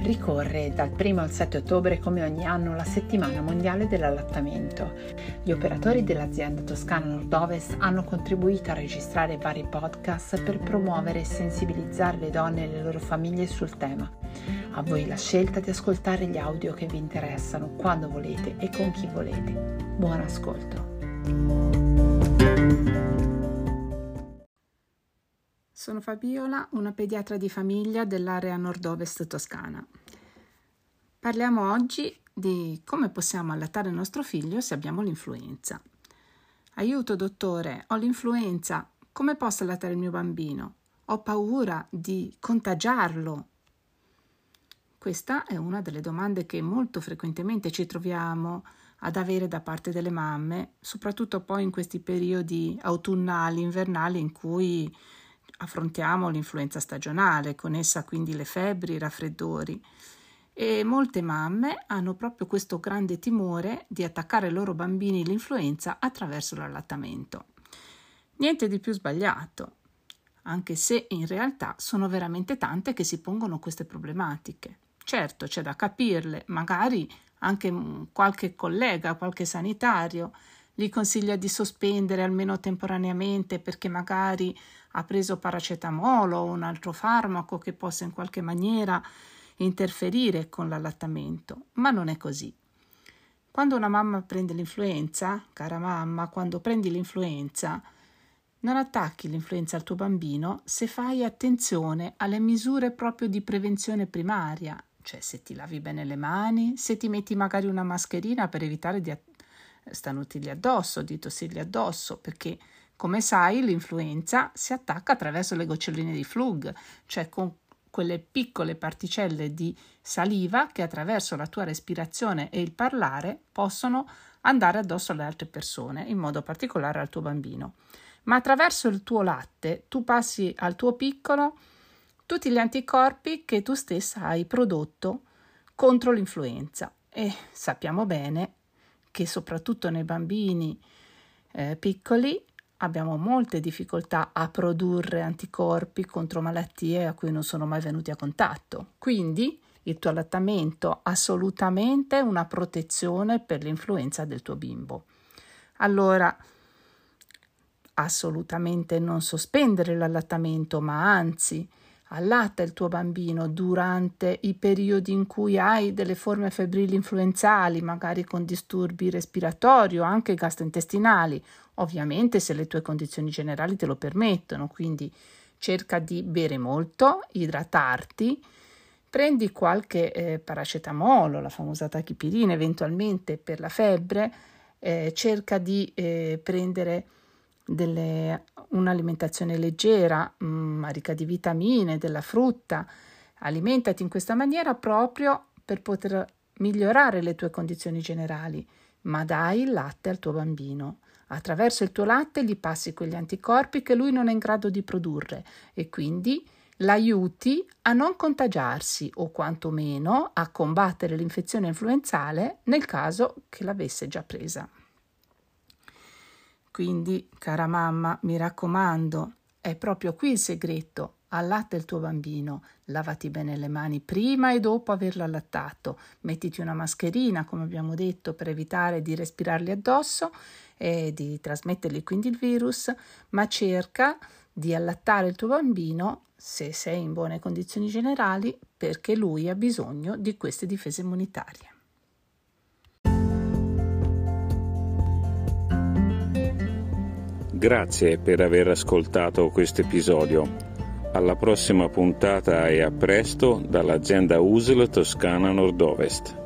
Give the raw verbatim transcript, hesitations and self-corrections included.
Ricorre dal primo al sette ottobre come ogni anno la settimana mondiale dell'allattamento. Gli operatori dell'azienda Toscana Nord-Ovest hanno contribuito a registrare vari podcast per promuovere e sensibilizzare le donne e le loro famiglie sul tema. A voi la scelta di ascoltare gli audio che vi interessano, quando volete e con chi volete. Buon ascolto. Sono Fabiola, una pediatra di famiglia dell'area nord-ovest toscana. Parliamo oggi di come possiamo allattare il nostro figlio se abbiamo l'influenza. Aiuto dottore, ho l'influenza, come posso allattare il mio bambino? Ho paura di contagiarlo. Questa è una delle domande che molto frequentemente ci troviamo ad avere da parte delle mamme, soprattutto poi in questi periodi autunnali, invernali in cui affrontiamo l'influenza stagionale, con essa quindi le febbri, i raffreddori, e molte mamme hanno proprio questo grande timore di attaccare ai loro bambini l'influenza attraverso l'allattamento. Niente di più sbagliato, anche se in realtà sono veramente tante che si pongono queste problematiche. Certo, c'è da capirle, magari anche qualche collega, qualche sanitario gli consiglia di sospendere almeno temporaneamente perché magari ha preso paracetamolo o un altro farmaco che possa in qualche maniera interferire con l'allattamento, ma non è così. Quando una mamma prende l'influenza, cara mamma, quando prendi l'influenza, non attacchi l'influenza al tuo bambino se fai attenzione alle misure proprio di prevenzione primaria, cioè se ti lavi bene le mani, se ti metti magari una mascherina per evitare di starnutirgli addosso, di tossirgli addosso, perché come sai l'influenza si attacca attraverso le goccioline di Flug, cioè con quelle piccole particelle di saliva che attraverso la tua respirazione e il parlare possono andare addosso alle altre persone, in modo particolare al tuo bambino. Ma attraverso il tuo latte tu passi al tuo piccolo tutti gli anticorpi che tu stessa hai prodotto contro l'influenza e sappiamo bene che soprattutto nei bambini eh, piccoli abbiamo molte difficoltà a produrre anticorpi contro malattie a cui non sono mai venuti a contatto. Quindi il tuo allattamento ha assolutamente una protezione per l'influenza del tuo bimbo. Allora, assolutamente non sospendere l'allattamento, ma anzi allatta il tuo bambino durante i periodi in cui hai delle forme febbrili influenzali, magari con disturbi respiratori o anche gastrointestinali, ovviamente se le tue condizioni generali te lo permettono, quindi cerca di bere molto, idratarti, prendi qualche eh, paracetamolo, la famosa tachipirina eventualmente per la febbre, eh, cerca di eh, prendere delle, un'alimentazione leggera, mh, ricca di vitamine, della frutta, alimentati in questa maniera proprio per poter migliorare le tue condizioni generali, ma dai il latte al tuo bambino. Attraverso il tuo latte gli passi quegli anticorpi che lui non è in grado di produrre e quindi l'aiuti a non contagiarsi o quantomeno a combattere l'infezione influenzale nel caso che l'avesse già presa. Quindi, cara mamma, mi raccomando, è proprio qui il segreto. Allatta il tuo bambino, lavati bene le mani prima e dopo averlo allattato, mettiti una mascherina, come abbiamo detto, per evitare di respirarli addosso e di trasmettergli quindi il virus, ma cerca di allattare il tuo bambino, se sei in buone condizioni generali, perché lui ha bisogno di queste difese immunitarie. Grazie per aver ascoltato questo episodio. Alla prossima puntata e a presto dall'azienda U S L Toscana Nord-Ovest.